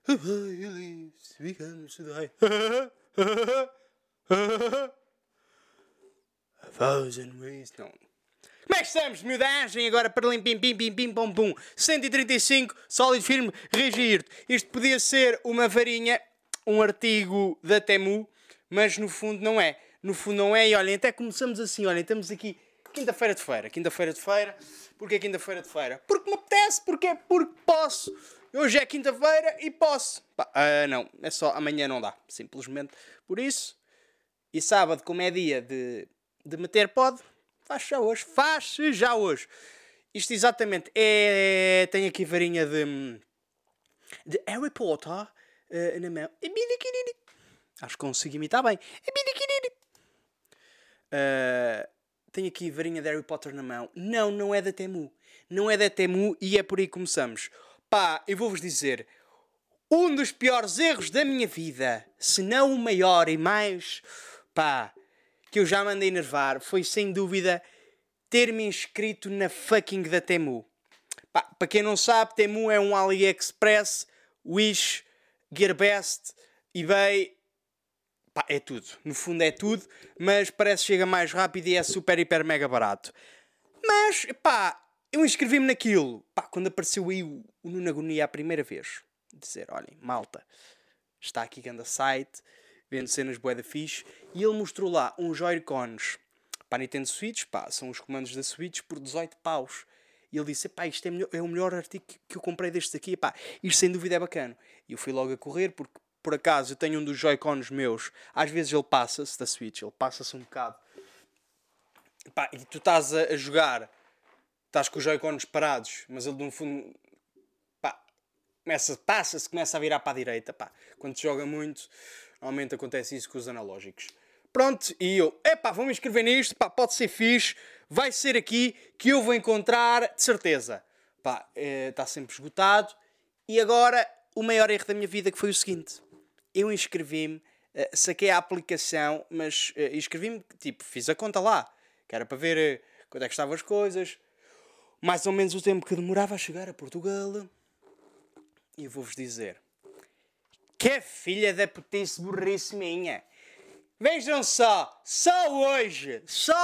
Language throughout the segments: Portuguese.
A thousand ways. Não. Como é que estamos, miudagem? Agora para limpim, pim, pim, pim, pom, pum. 135, sólido, firme, rígido. Isto podia ser uma varinha, um artigo da Temu, mas no fundo não é. No fundo não é. E olhem, até começamos assim, olhem, estamos aqui quinta-feira de feira. Quinta-feira de feira. Porquê quinta-feira de feira? Porque me apetece. Porquê? Porque posso. Hoje é quinta-feira e posso. Não, é só amanhã não dá. Simplesmente por isso. E sábado, como é dia de meter pod, faz-se já hoje. Isto exatamente é... Tenho aqui varinha de Harry Potter na mão. Acho que consigo imitar bem. Tenho aqui varinha de Harry Potter na mão. Não é da Temu. Não é da Temu e é por aí que começamos. Pá, eu vou-vos dizer... Um dos piores erros da minha vida, se não o maior e mais, pá, que eu já me andei enervar, foi sem dúvida ter-me inscrito na fucking da Temu. Pá, para quem não sabe, Temu é um AliExpress, Wish, Gearbest, eBay, pá, é tudo. No fundo é tudo, mas parece que chega mais rápido e é super, hiper, mega barato. Mas, pá, eu inscrevi-me naquilo, pá, quando apareceu aí o Nuno Agonia a primeira vez. Dizer, olhem, malta, está aqui grande site, vendo cenas bué da fixe, e ele mostrou lá uns Joy-Cons para a Nintendo Switch, pá, são os comandos da Switch por 18 paus. E ele disse, pá, isto é o melhor artigo que eu comprei destes aqui, pá, isto sem dúvida é bacana. E eu fui logo a correr, porque por acaso eu tenho um dos Joy-Cons meus, às vezes ele passa-se da Switch, ele passa-se um bocado. Pá, e tu estás a jogar, estás com os Joy-Cons parados, mas ele no fundo... começa a virar para a direita, pá. Quando se joga muito, normalmente acontece isso com os analógicos. Pronto, e eu, vou-me inscrever nisto, pá, pode ser fixe, vai ser aqui que eu vou encontrar, de certeza. Pá, está sempre esgotado. E agora, o maior erro da minha vida que foi o seguinte. Eu inscrevi-me, saquei a aplicação, mas inscrevi-me, tipo, fiz a conta lá, que era para ver quando é que estavam as coisas, mais ou menos o tempo que demorava a chegar a Portugal. E eu vou-vos dizer que filha da putice burrice minha. Vejam só hoje,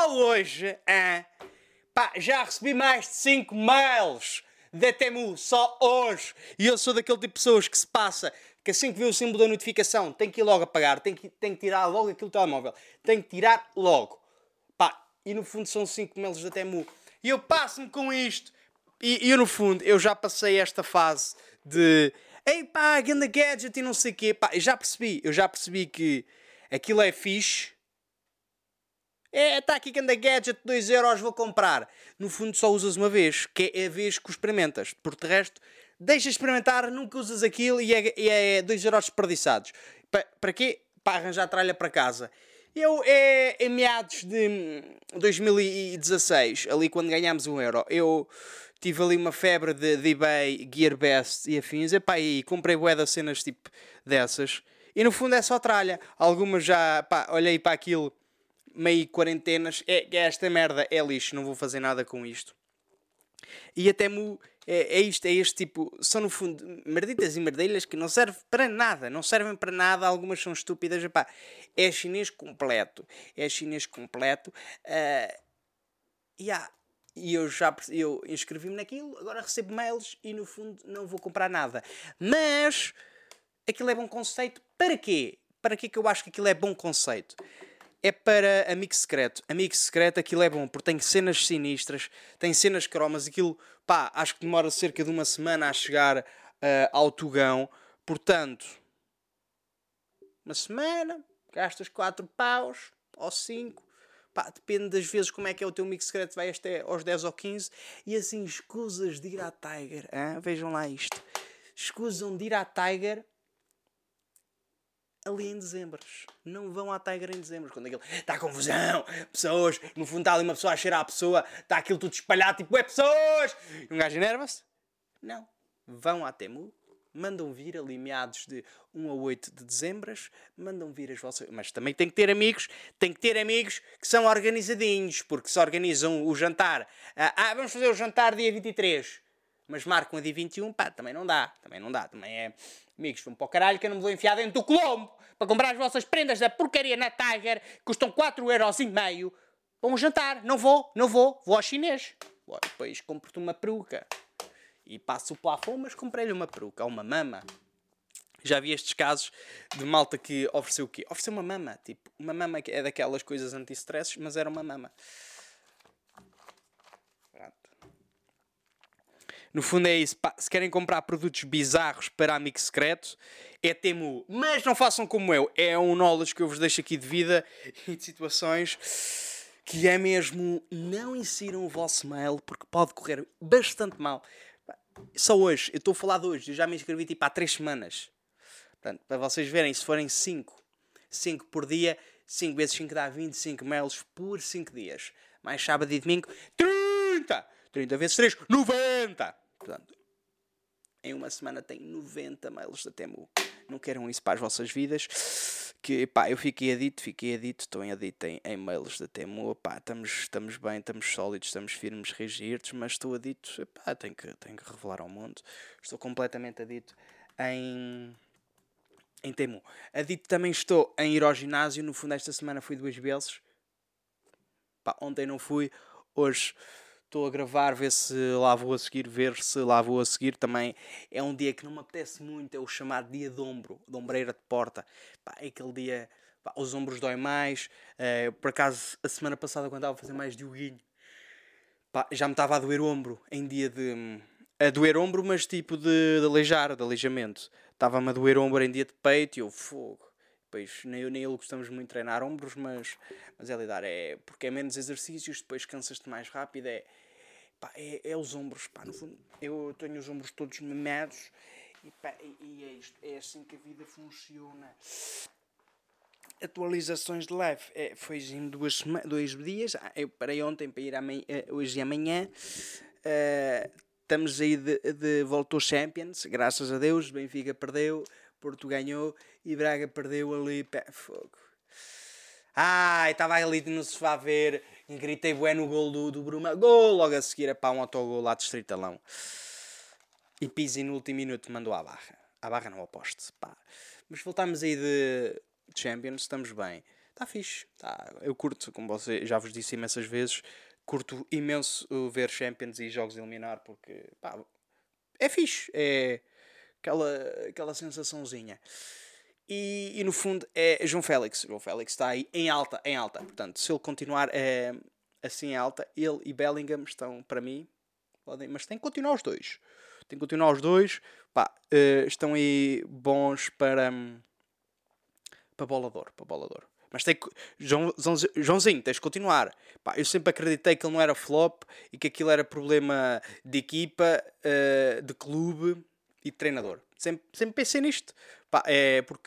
pá, já recebi mais de 5 mails da Temu, só hoje. E eu sou daquele tipo de pessoas que se passa, que assim que vê o símbolo da notificação, tem que ir logo apagar, tem que tirar logo aquele telemóvel. Tem que tirar logo. Pá, e no fundo são 5 mails da Temu. E eu passo-me com isto. E eu no fundo, eu já passei esta fase de... Ei pá, ganda gadget e não sei o quê. Pá, eu já percebi que aquilo é fixe. Está aqui ganda gadget, 2€, vou comprar. No fundo só usas uma vez, que é a vez que o experimentas. Por de resto, deixa experimentar, nunca usas aquilo e é 2€ desperdiçados. Para quê? Para arranjar tralha para casa. Eu, em meados de 2016, ali quando ganhámos €1, eu tive ali uma febre de eBay, Gearbest e afins, e comprei bué das cenas tipo dessas. E no fundo é só tralha. Algumas já, pá, olhei para aquilo, meio quarentenas, esta merda é lixo, não vou fazer nada com isto. E até é este tipo, são no fundo merditas e merdilhas que não servem para nada, algumas são estúpidas, epá, é chinês completo, e eu inscrevi-me naquilo, agora recebo mails e no fundo não vou comprar nada, mas aquilo é bom conceito, para quê? Para quê que eu acho que aquilo é bom conceito? É para amigo secreto. Amigo secreto, aquilo é bom, porque tem cenas sinistras, tem cenas cromas, aquilo, pá, acho que demora cerca de uma semana a chegar ao Tugão. Portanto, uma semana, gastas 4 paus, ou 5, pá, depende das vezes como é que é o teu amigo secreto, vai até aos 10 ou 15, e assim, escusas de ir à Tiger, hein? Vejam lá isto, escusam de ir à Tiger ali em dezembro. Não vão à Tiger em dezembro. Quando aquilo está confusão, pessoas, no fundo está ali uma pessoa a cheirar a pessoa, está aquilo tudo espalhado, tipo, pessoas! E um gajo enerva-se? Não. Vão à Temu, mandam vir ali meados de 1 a 8 de dezembro, mandam vir as vossas... Mas também tem que ter amigos que são organizadinhos, porque se organizam o jantar. Vamos fazer o jantar dia 23. Mas marcam a dia 21, pá, também não dá. Também é... Amigos, vão para o caralho que eu não me vou enfiar dentro do Colombo para comprar as vossas prendas da porcaria na Tiger, que custam 4,5€. Vão jantar. Não vou. Vou ao chinês. Depois compro-te uma peruca. E passo o plafond, mas comprei-lhe uma peruca, ou uma mama. Já vi estes casos de malta que ofereceu o quê? Ofereceu uma mama. Tipo, uma mama que é daquelas coisas anti-stress, mas era uma mama. No fundo é isso. Pá, se querem comprar produtos bizarros para amigo secreto, é Temu. Mas não façam como eu. É um knowledge que eu vos deixo aqui de vida e de situações, que é mesmo não insiram o vosso mail, porque pode correr bastante mal. Só hoje. Eu estou a falar de hoje. Eu já me inscrevi tipo há 3 semanas. Portanto, para vocês verem, se forem 5 por dia, 5 vezes 5 dá 25 mails por 5 dias. Mais sábado e domingo, 30! 30 vezes 3, 90! Portanto, em uma semana tem 90 mails da Temu. Não queiram isso para as vossas vidas. Que, pá, eu fiquei adito, estou adito em mails da Temu. Pá, estamos bem, estamos sólidos, estamos firmes, rígidos, mas estou adito, pá, tenho que revelar ao mundo. Estou completamente adito em Temu. Adito também estou em ir ao ginásio. No fundo, esta semana fui 2 vezes. Pá, ontem não fui. Hoje estou a gravar, ver se lá vou a seguir. Também é um dia que não me apetece muito. É o chamado dia de ombro. De ombreira de porta. Pá, é aquele dia... Pá, os ombros doem mais. Por acaso, a semana passada, quando estava a fazer mais dioguinho, pá, já me estava a doer o ombro. Em dia de... A doer ombro, mas tipo de aleijamento. Estava-me a doer o ombro em dia de peito e eu, fogo. Depois, nem eu nem ele gostamos muito de treinar ombros, mas é lidar. É, porque é menos exercícios, depois cansas-te mais rápido. Pá, é os ombros. Pá, no fundo, eu tenho os ombros todos mamados e, pá, e é isto. É assim que a vida funciona. Atualizações de live. Foi em 2 dias. Eu parei ontem para ir hoje e amanhã. Estamos aí de volta aos Champions, graças a Deus. Benfica perdeu, Porto ganhou e Braga perdeu ali. Pé, fogo. Estava ali no sofá a ver e gritei bué no gol do Bruma. Gol! Logo a seguir, pá, um autogol lá de Estritalão. E Pizzi no último minuto mandou à barra. À barra não, ao poste. Pá. Mas voltamos aí de Champions, estamos bem. Está fixe. Eu curto, como você já vos disse imensas vezes, curto imenso ver Champions e jogos eliminar, porque pá, é fixe, é aquela sensaçãozinha. E no fundo é João Félix está aí em alta, portanto, se ele continuar assim em alta, ele e Bellingham estão, para mim, mas tem que continuar os dois, pá, estão aí bons para bola de ouro. Mas tem que... Joãozinho, tens de continuar. Pá, eu sempre acreditei que ele não era flop e que aquilo era problema de equipa, de clube e de treinador. Sempre pensei nisto. Pá, porque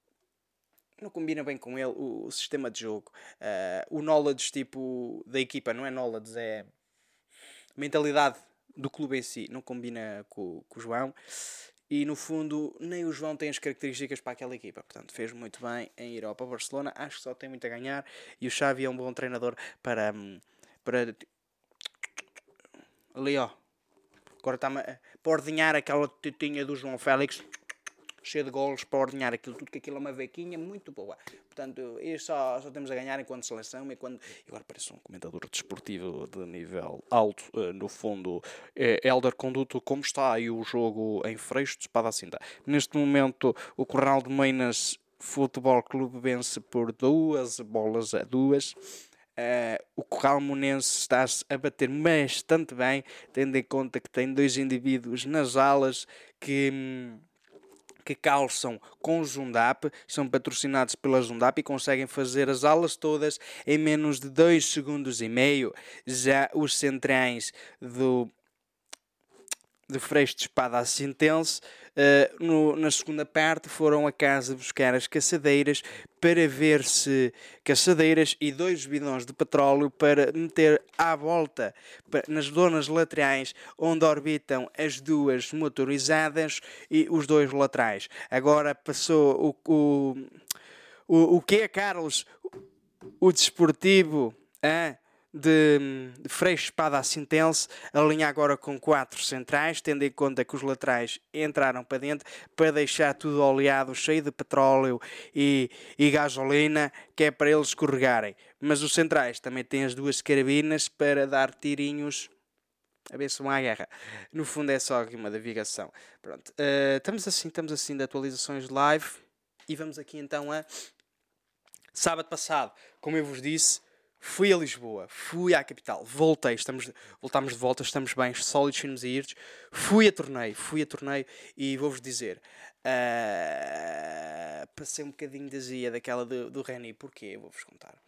não combina bem com ele o sistema de jogo. O knowledge tipo da equipa não é knowledge, é mentalidade do clube em si. Não combina com o João. E no fundo, nem o João tem as características para aquela equipa. Portanto, fez muito bem em ir ao para Barcelona. Acho que só tem muito a ganhar. E o Xavi é um bom treinador para ali, ó. Agora está-me para ordenhar aquela tetinha do João Félix, cheio de golos, para ordenhar aquilo tudo, que aquilo é uma vequinha muito boa. Portanto, só temos a ganhar enquanto seleção. Agora parece um comentador desportivo de nível alto. No fundo, Hélder Conduto, como está aí o jogo em Freixo de Espada à Cinta? Neste momento, o Corral de Meinas Futebol Clube vence por 2-2. O Corral Monense está-se a bater bastante bem, tendo em conta que tem 2 indivíduos nas alas que calçam com Zundap, são patrocinados pela Zundap e conseguem fazer as alas todas em menos de 2 segundos e meio. Já os centrais de Freixo de Espada à Cintense, na segunda parte, foram a casa buscar as caçadeiras para ver se caçadeiras e 2 bidões de petróleo para meter à volta nas zonas laterais onde orbitam as 2 motorizadas e os 2 laterais. Agora passou o que é, Carlos? O desportivo de Freixo Espada Assintense, alinha agora com 4 centrais, tendo em conta que os laterais entraram para dentro para deixar tudo oleado, cheio de petróleo e gasolina, que é para eles escorregarem. Mas os centrais também têm as 2 carabinas para dar tirinhos a ver se vão à guerra. No fundo é só aqui uma navegação. Pronto. Estamos assim de atualizações de live e vamos aqui então a sábado passado, como eu vos disse, fui a Lisboa, fui à capital, voltámos de volta, estamos bem, sólidos, firmes e irtos. Fui a torneio e vou-vos dizer, passei um bocadinho de azia daquela do Reni. Porquê? Vou-vos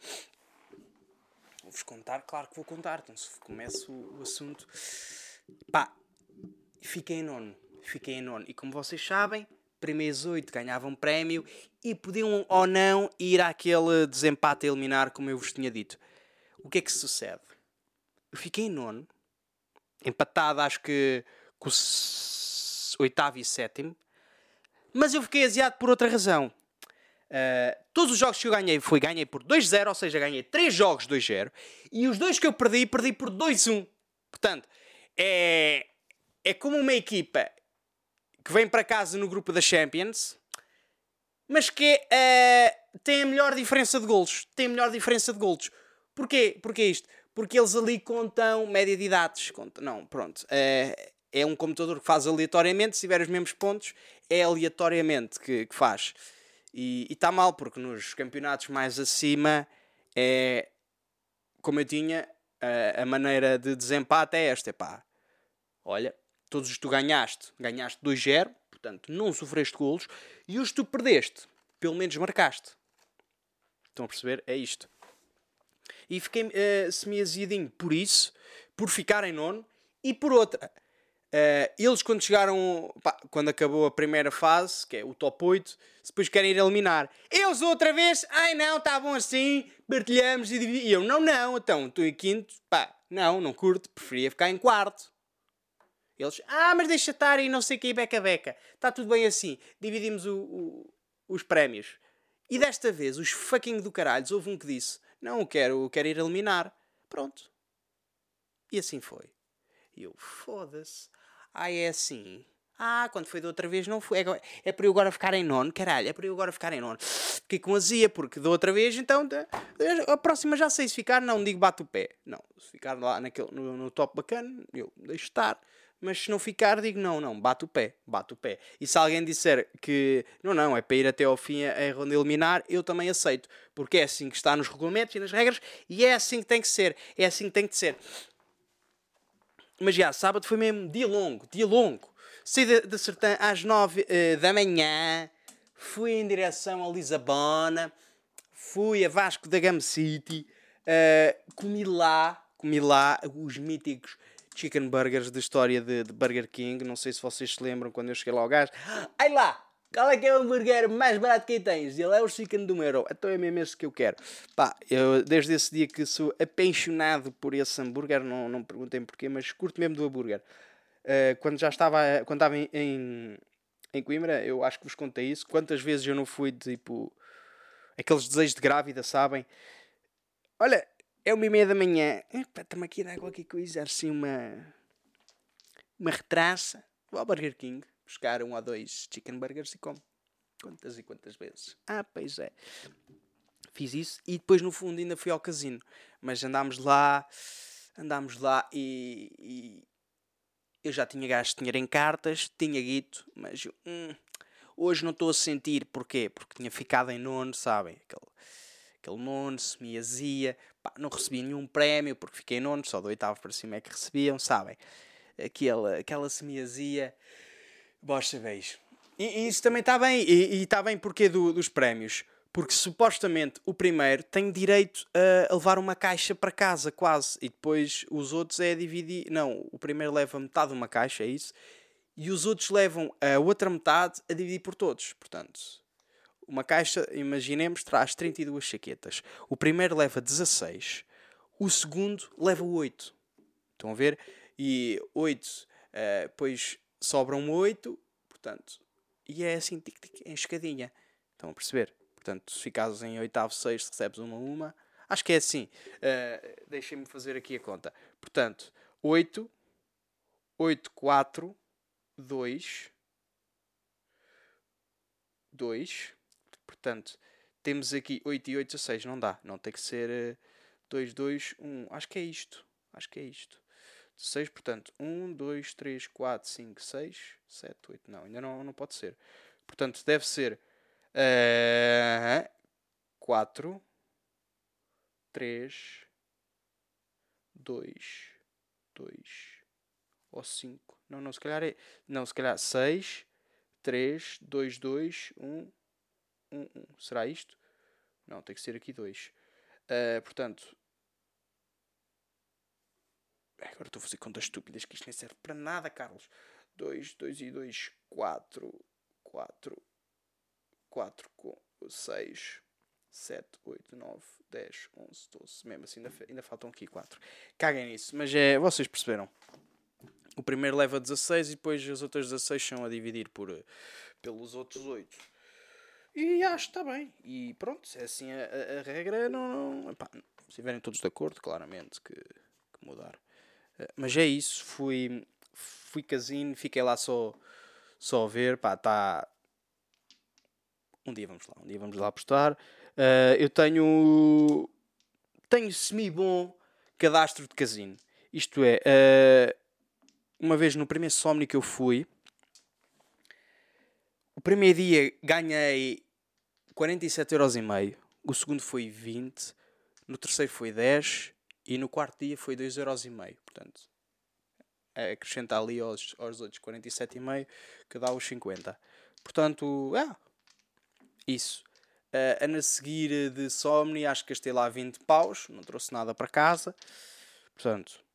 contar, claro que vou contar, então se começa o assunto. Pá, fiquei em nono, e como vocês sabem, primeiros 8 ganhavam prémio e podiam ou não ir àquele desempate a eliminar, como eu vos tinha dito. O que é que se sucede? Eu fiquei em nono, empatado acho que com o 8º e 7º, mas eu fiquei aziado por outra razão. Todos os jogos que eu ganhei por 2-0, ou seja, ganhei 3 jogos 2-0, e os 2 que eu perdi por 2-1. Portanto, é como uma equipa que vem para casa no grupo da Champions, mas que tem a melhor diferença de golos. Porquê? Porquê isto? Porque eles ali contam média de idades. É um computador que faz aleatoriamente. Se tiver os mesmos pontos, é aleatoriamente que faz. E está mal, porque nos campeonatos mais acima, como eu tinha, a maneira de desempate é esta. Olha, todos os que tu ganhaste 2-0, portanto não sofreste golos, e os que tu perdeste, pelo menos marcaste. Estão a perceber? É isto. E fiquei semi-aziadinho por isso, por ficar em nono, e por outra. Eles quando chegaram, quando acabou a primeira fase, que é o top 8, depois querem ir eliminar. Eles outra vez, ai não, estavam assim, partilhamos e dividimos. E eu, não, então, estou em quinto, não curto, preferia ficar em quarto. Eles, mas deixa estar e não sei o que, beca. Está tudo bem assim. Dividimos os prémios. E desta vez, os fucking do caralho, houve um que disse, não, eu quero ir eliminar. Pronto. E assim foi. E eu, foda-se. É assim. Quando foi da outra vez não foi. É para eu agora ficar em nono, caralho. É para eu agora ficar em nono. Fiquei com azia, porque da outra vez, então, a próxima já sei. Se ficar, não digo bate o pé. Não, se ficar lá no top bacana, eu deixo estar. Mas se não ficar, digo não, bate o pé. E se alguém disser que não, é para ir até ao fim a ronda eliminar, eu também aceito. Porque é assim que está nos regulamentos e nas regras, e é assim que tem que ser. Mas já, sábado foi mesmo dia longo. Saí da Sertã às 9 da manhã, fui em direção a Lisabona, fui a Vasco da Gama City, comi lá os míticos chicken burgers da história de Burger King. Não sei se vocês se lembram, quando eu cheguei lá ao gajo, ai lá, qual é que é o hambúrguer mais barato que tens? Ele é o chicken do €1. Então é mesmo esse que eu quero. Eu desde esse dia que sou apaixonado por esse hambúrguer, não me perguntem porquê, mas curto mesmo do hambúrguer. Quando estava em Coimbra, eu acho que vos contei isso. Quantas vezes eu não fui, tipo, aqueles desejos de grávida, sabem? Olha, é 1h30 da manhã. Estamos aqui a dar qualquer coisa, assim, uma retraça. Vou ao Burger King buscar 1 ou 2 chicken burgers e como. Quantas e quantas vezes? Pois é. Fiz isso e depois no fundo ainda fui ao casino. Mas andámos lá e eu já tinha gasto dinheiro em cartas, tinha guito, mas hoje não estou a sentir. Porquê? Porque tinha ficado em nono, sabem? Aquele nono, semi-azia, não recebi nenhum prémio porque fiquei em nono, só do 8º para cima é que recebiam, sabem? Aquela semi-azia, vós sabeis. E isso também está bem, e está bem porque dos prémios. Porque supostamente o primeiro tem direito a levar uma caixa para casa, quase. E depois os outros é dividir. Não, o primeiro leva metade de uma caixa, é isso. E os outros levam a outra metade a dividir por todos. Portanto, uma caixa, imaginemos, traz 32 chaquetas. O primeiro leva 16. O segundo leva 8. Estão a ver? E 8, depois sobram 8. Portanto, e é assim, tic-tic, em escadinha. Estão a perceber? Portanto, se ficares em 8º, 6º, recebes uma. Acho que é assim. Deixem-me fazer aqui a conta. Portanto, 8, 8, 4, 2, 2. Portanto, temos aqui 8 e 8, 16. Não dá. Não, tem que ser 2, 2, 1. Acho que é isto. 16, portanto, 1, 2, 3, 4, 5, 6, 7, 8. Não, ainda não pode ser. Portanto, deve ser 4, 3, 2, 2 ou 5. Não, se calhar é. Não, se calhar 6, 3, 2, 2, 1, 1, 1. Será isto? Não, tem que ser aqui 2. Portanto. Agora estou a fazer contas estúpidas que isto nem serve para nada, Carlos. 2, 2 e 2, 4, 4, 4 com 6, 7, 8, 9, 10, 11, 12. Mesmo assim, ainda faltam aqui 4. Caguem nisso, mas vocês perceberam. O primeiro leva 16 e depois as outras 16 são a dividir pelos outros 8. E acho que está bem. E pronto, se é assim a regra, não epá, se estiverem todos de acordo, claramente que mudar. Mas é isso, fui casino, fiquei lá só a ver, pá, tá. Um dia vamos lá apostar. Eu tenho semi-bom cadastro de casino. Isto é, uma vez no primeiro Somni que eu fui, o primeiro dia ganhei 47,5€, o segundo foi 20, no terceiro foi 10 e no quarto dia foi 2,5€. Portanto, acrescenta ali aos outros 47,5 que dá os 50. Portanto, isso. A seguir de Somni, acho que gastei lá 20 paus, não trouxe nada para casa. Portanto,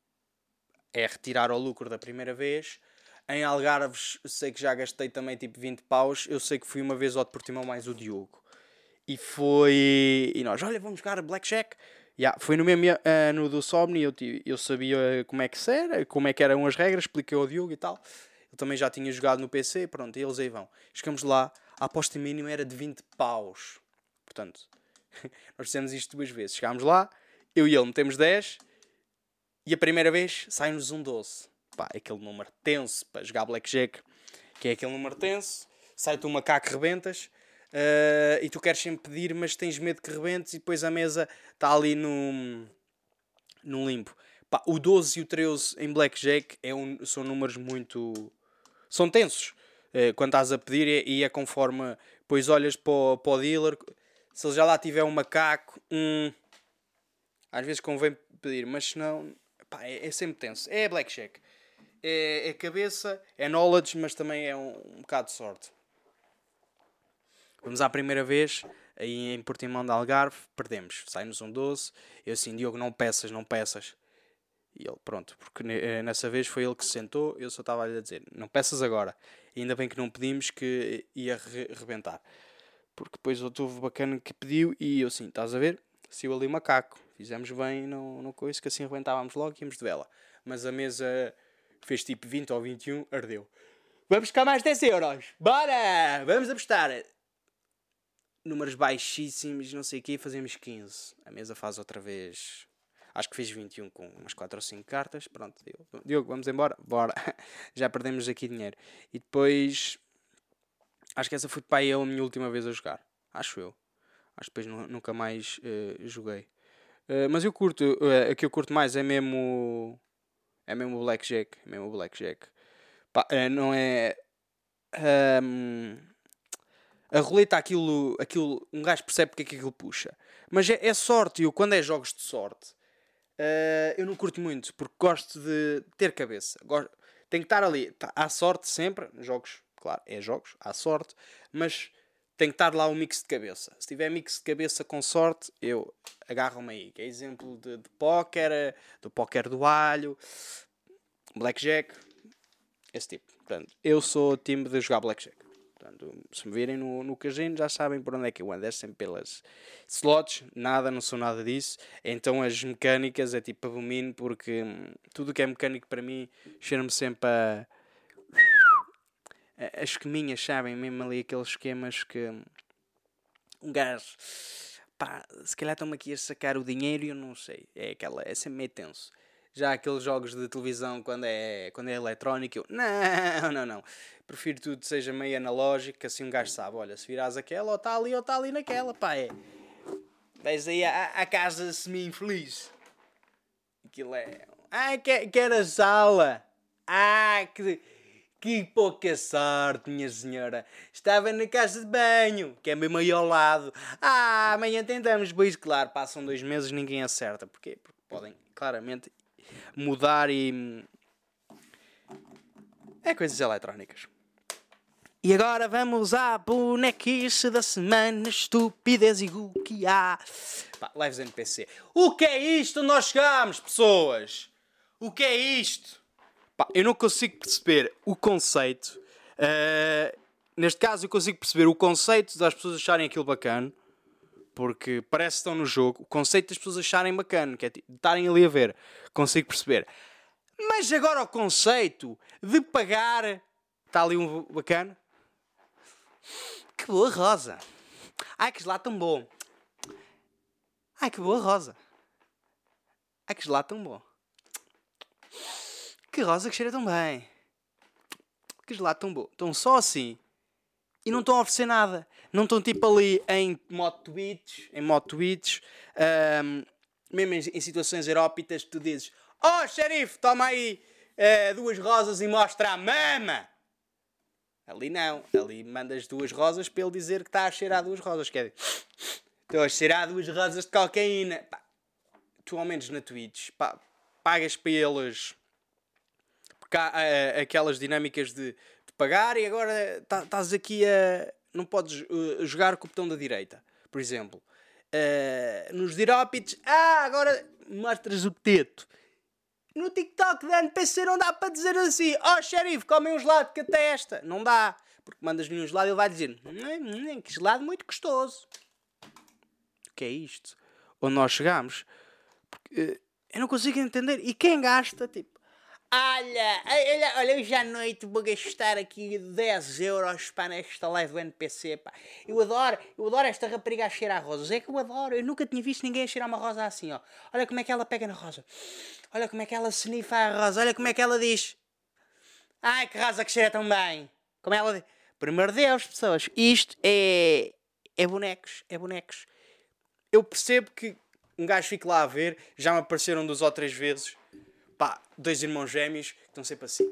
é retirar o lucro da primeira vez. Em Algarves, sei que já gastei também tipo 20 paus. Eu sei que fui uma vez ao de Portimão mais o Diogo. E foi... E nós, olha, vamos jogar Blackjack. Foi no mesmo ano do Somni, eu sabia como é que eram as regras, expliquei ao Diogo e tal. Ele também já tinha jogado no PC, pronto, e eles aí vão. Chegamos lá, a aposta mínima era de 20 paus. Portanto, nós fizemos isto 2 vezes. Chegámos lá, eu e ele metemos 10 e a primeira vez sai-nos um 12. Pá, aquele número tenso para jogar Blackjack, que é aquele número tenso, sai-te um macaco que rebentas. E tu queres sempre pedir, mas tens medo que rebentes e depois a mesa está ali num limbo. Pá, o 12 e o 13 em Blackjack são números muito... São tensos. Quando estás a pedir e é conforme... Depois olhas para o dealer, se ele já lá tiver um macaco, às vezes convém pedir, mas se não... Pá, é sempre tenso. É Blackjack. É cabeça, é knowledge, mas também é um bocado de sorte. Vamos à primeira vez, aí em Portimão de Algarve, perdemos. Sai-nos um 12. Eu assim, Diogo, não peças. E ele, pronto, porque nessa vez foi ele que se sentou, eu só estava a dizer, não peças agora. E ainda bem que não pedimos, que ia rebentar. Porque depois houve bacana que pediu e eu assim, estás a ver? Saiu ali o macaco. Fizemos bem, não coisa, que assim rebentávamos logo e íamos de vela. Mas a mesa fez tipo 20 ou 21, ardeu. Vamos buscar mais 10€. Bora! Vamos apostar. Números baixíssimos, não sei o quê, fazemos 15. A mesa faz outra vez... Acho que fiz 21 com umas 4 ou 5 cartas. Pronto, Diogo, vamos embora? Bora. Já perdemos aqui dinheiro. E depois... Acho que essa foi para aí a minha última vez a jogar. Acho eu. Acho que depois nunca mais joguei. Mas eu curto... a que eu curto mais é mesmo... É mesmo o Blackjack. Pá, não é... a roleta, aquilo, um gajo percebe porque é que aquilo puxa. Mas é sorte. Eu, quando é jogos de sorte, eu não curto muito, porque gosto de ter cabeça. Tem que estar ali. Há sorte sempre. Jogos, claro, jogos, há sorte. Mas tem que estar lá um mix de cabeça. Se tiver mix de cabeça com sorte, eu agarro-me aí. Que é exemplo de póquer, do póquer do alho, Blackjack, esse tipo. Portanto, eu sou o time de jogar Blackjack. Portanto, se me virem no casino, já sabem por onde é que eu ando. É sempre pelas slots, não sou nada disso. Então as mecânicas é tipo abomino, porque tudo que é mecânico para mim cheira-me sempre as esqueminhas, sabem? Mesmo ali aqueles esquemas que um gajo... pá, se calhar estão-me aqui a sacar o dinheiro e eu não sei. É sempre meio tenso. Já aqueles jogos de televisão quando é eletrónico, eu, não. Prefiro tudo que seja meio analógico, assim um gajo sabe, olha, se virás aquela, ou está ali naquela, pá, vais aí à casa semi-infeliz. Aquilo é... quer a sala. Que pouca sorte, minha senhora. Estava na casa de banho, que é mesmo aí ao lado. Amanhã tentamos. Pois, claro, passam 2 meses, ninguém acerta. Porquê? Porque podem, claramente, mudar e... coisas eletrónicas. E agora vamos à bonequice da semana, estupidez e o que há. Pá, Lives NPC. O que é isto? Nós chegamos, pessoas. O que é isto? Pá, eu não consigo perceber o conceito. Neste caso, eu consigo perceber o conceito das pessoas acharem aquilo bacana. Porque parece que estão no jogo. O conceito das pessoas acharem bacana, que é de estarem ali a ver. Consigo perceber. Mas agora o conceito de pagar... Está ali um bacana. Que boa rosa. Ai, que gelado tão bom. Ai, que boa rosa. Ai, que gelado tão bom. Que rosa que cheira tão bem. Que gelado tão bom. Estão só assim. E não estão a oferecer nada. Não estão tipo ali em modo tweets. Mesmo em situações erópitas, tu dizes: oh, xerife, toma aí 2 rosas e mostra a mama. Ali não. Ali mandas 2 rosas para ele dizer que está a cheirar 2 rosas. Quer dizer, estou a cheirar 2 rosas de cocaína. Pá, tu ao menos na Twitch, pá, pagas para eles. Porque há aquelas dinâmicas de pagar e agora estás aqui a... Não podes jogar com o botão da direita. Por exemplo, nos dirópites, agora mostras o teto. No TikTok da NPC não dá para dizer assim: oh, xerife, come um gelado que até esta. Não dá. Porque mandas-lhe um gelado e ele vai dizer: que gelado muito gostoso. O que é isto? Onde nós chegamos? Porque, eu não consigo entender. E quem gasta, tipo... Olha, hoje à noite vou gastar aqui 10 euros para nesta live do NPC, pá. Eu adoro esta rapariga a cheirar rosas. É que eu adoro. Eu nunca tinha visto ninguém a cheirar uma rosa assim, ó. Olha como é que ela pega na rosa. Olha como é que ela snifa a rosa. Olha como é que ela diz: ai, que rosa que cheira tão bem. Como ela diz. Por amor de Deus, pessoas. Isto é bonecos. É bonecos. Eu percebo que um gajo fique lá a ver. Já me apareceram 2 ou 3 vezes. Pá, 2 irmãos gêmeos que estão sempre assim.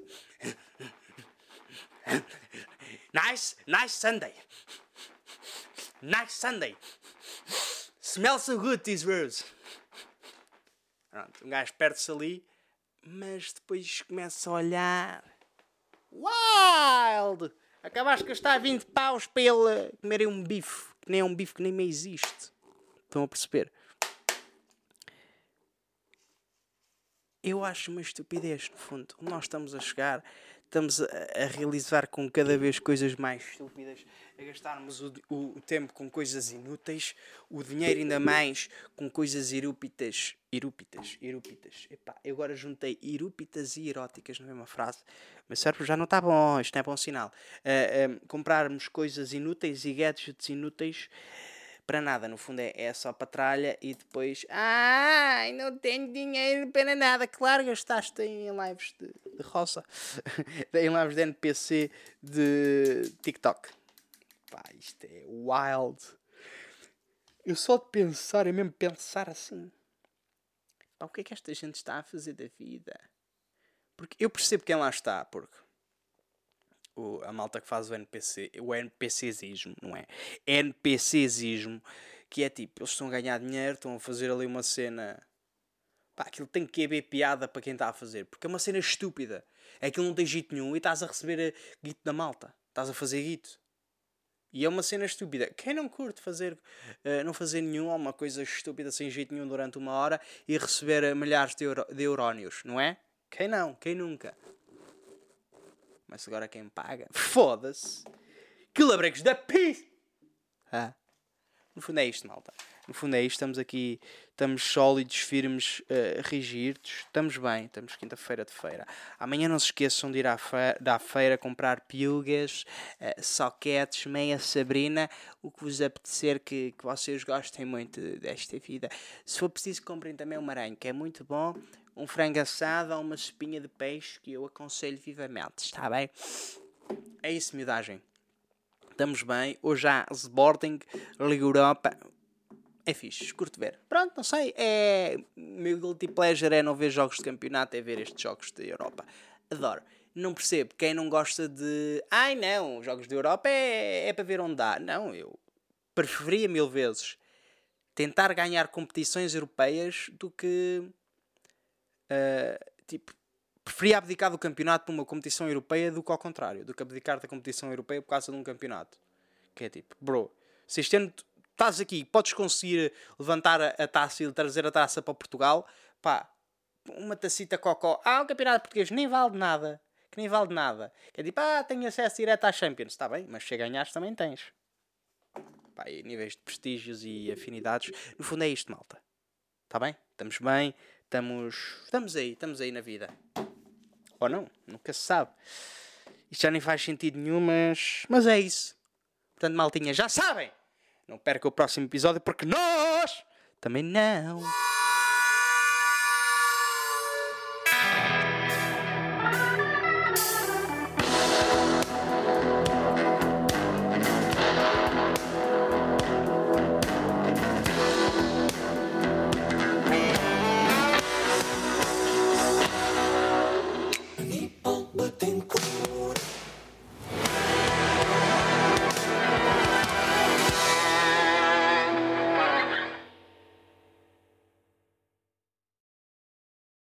Nice Sunday. Nice Sunday. Smells so good, these roses. Pronto, um gajo perde-se ali, mas depois começa a olhar. Wild! Acabaste de gastar 20 paus para ele comer um bife, que nem é um bife que nem me existe. Estão a perceber? Eu acho uma estupidez, no fundo. Nós estamos a chegar, estamos a realizar com cada vez coisas mais estúpidas, a gastarmos o tempo com coisas inúteis, o dinheiro ainda mais com coisas erúpitas. Epá, eu agora juntei erúpitas e eróticas na mesma frase. Mas cérebro já não está bom, isto não é bom sinal. Comprarmos coisas inúteis e gadgets inúteis... Para nada, no fundo é só patralha e depois... não tenho dinheiro para nada. Claro, gastaste em lives de roça. Em lives de NPC de TikTok. Pá, isto é wild. Eu só de pensar, é mesmo pensar assim. Pá, o que é que esta gente está a fazer da vida? Porque eu percebo quem lá está, porque... a malta que faz o NPCismo, não é? NPCismo, que é tipo, eles estão a ganhar dinheiro, estão a fazer ali uma cena... Pá, aquilo tem que haver piada para quem está a fazer, porque é uma cena estúpida. Aquilo não tem jeito nenhum e estás a receber guito da malta. Estás a fazer guito. E é uma cena estúpida. Quem não curte não fazer nenhum, uma coisa estúpida sem jeito nenhum durante 1 hora e receber milhares de eurónios, não é? Quem não? Quem nunca? Mas agora quem paga? Foda-se! Que labregos da pizza! No fundo é isto, malta. No fundo é isto, estamos aqui, estamos sólidos, firmes, rígidos, estamos bem, estamos quinta-feira de feira. Amanhã não se esqueçam de ir à feira comprar piugas, soquetes, meia sabrina, o que vos apetecer que vocês gostem muito desta vida. Se for preciso, comprem também um maranho, que é muito bom, um frango assado ou uma espinha de peixe, que eu aconselho vivamente, está bem? É isso, miudagem. Estamos bem, hoje há Sporting, Liga Europa... É fixe, curto ver. Pronto, não sei, meu guilty pleasure é não ver jogos de campeonato, é ver estes jogos de Europa. Adoro. Não percebo quem não gosta de... Ai não, jogos de Europa é para ver onde dá. Não, eu preferia 1000 vezes tentar ganhar competições europeias do que... preferia abdicar do campeonato para uma competição europeia do que ao contrário. Do que abdicar da competição europeia por causa de um campeonato. Que é tipo, bro, se este ano... Estás aqui, podes conseguir levantar a taça e trazer a taça para Portugal. Pá, uma tacita cocó. O campeonato português nem vale de nada. Que nem vale de nada. Que é tipo, tenho acesso direto às Champions. Está bem, mas se a ganhares também tens. Pá, e níveis de prestígios e afinidades. No fundo é isto, malta. Está bem? Estamos bem. Estamos aí na vida. Ou não, nunca se sabe. Isto já nem faz sentido nenhum, mas é isso. Portanto, maltinha, já sabem! Não perca o próximo episódio porque nós também não.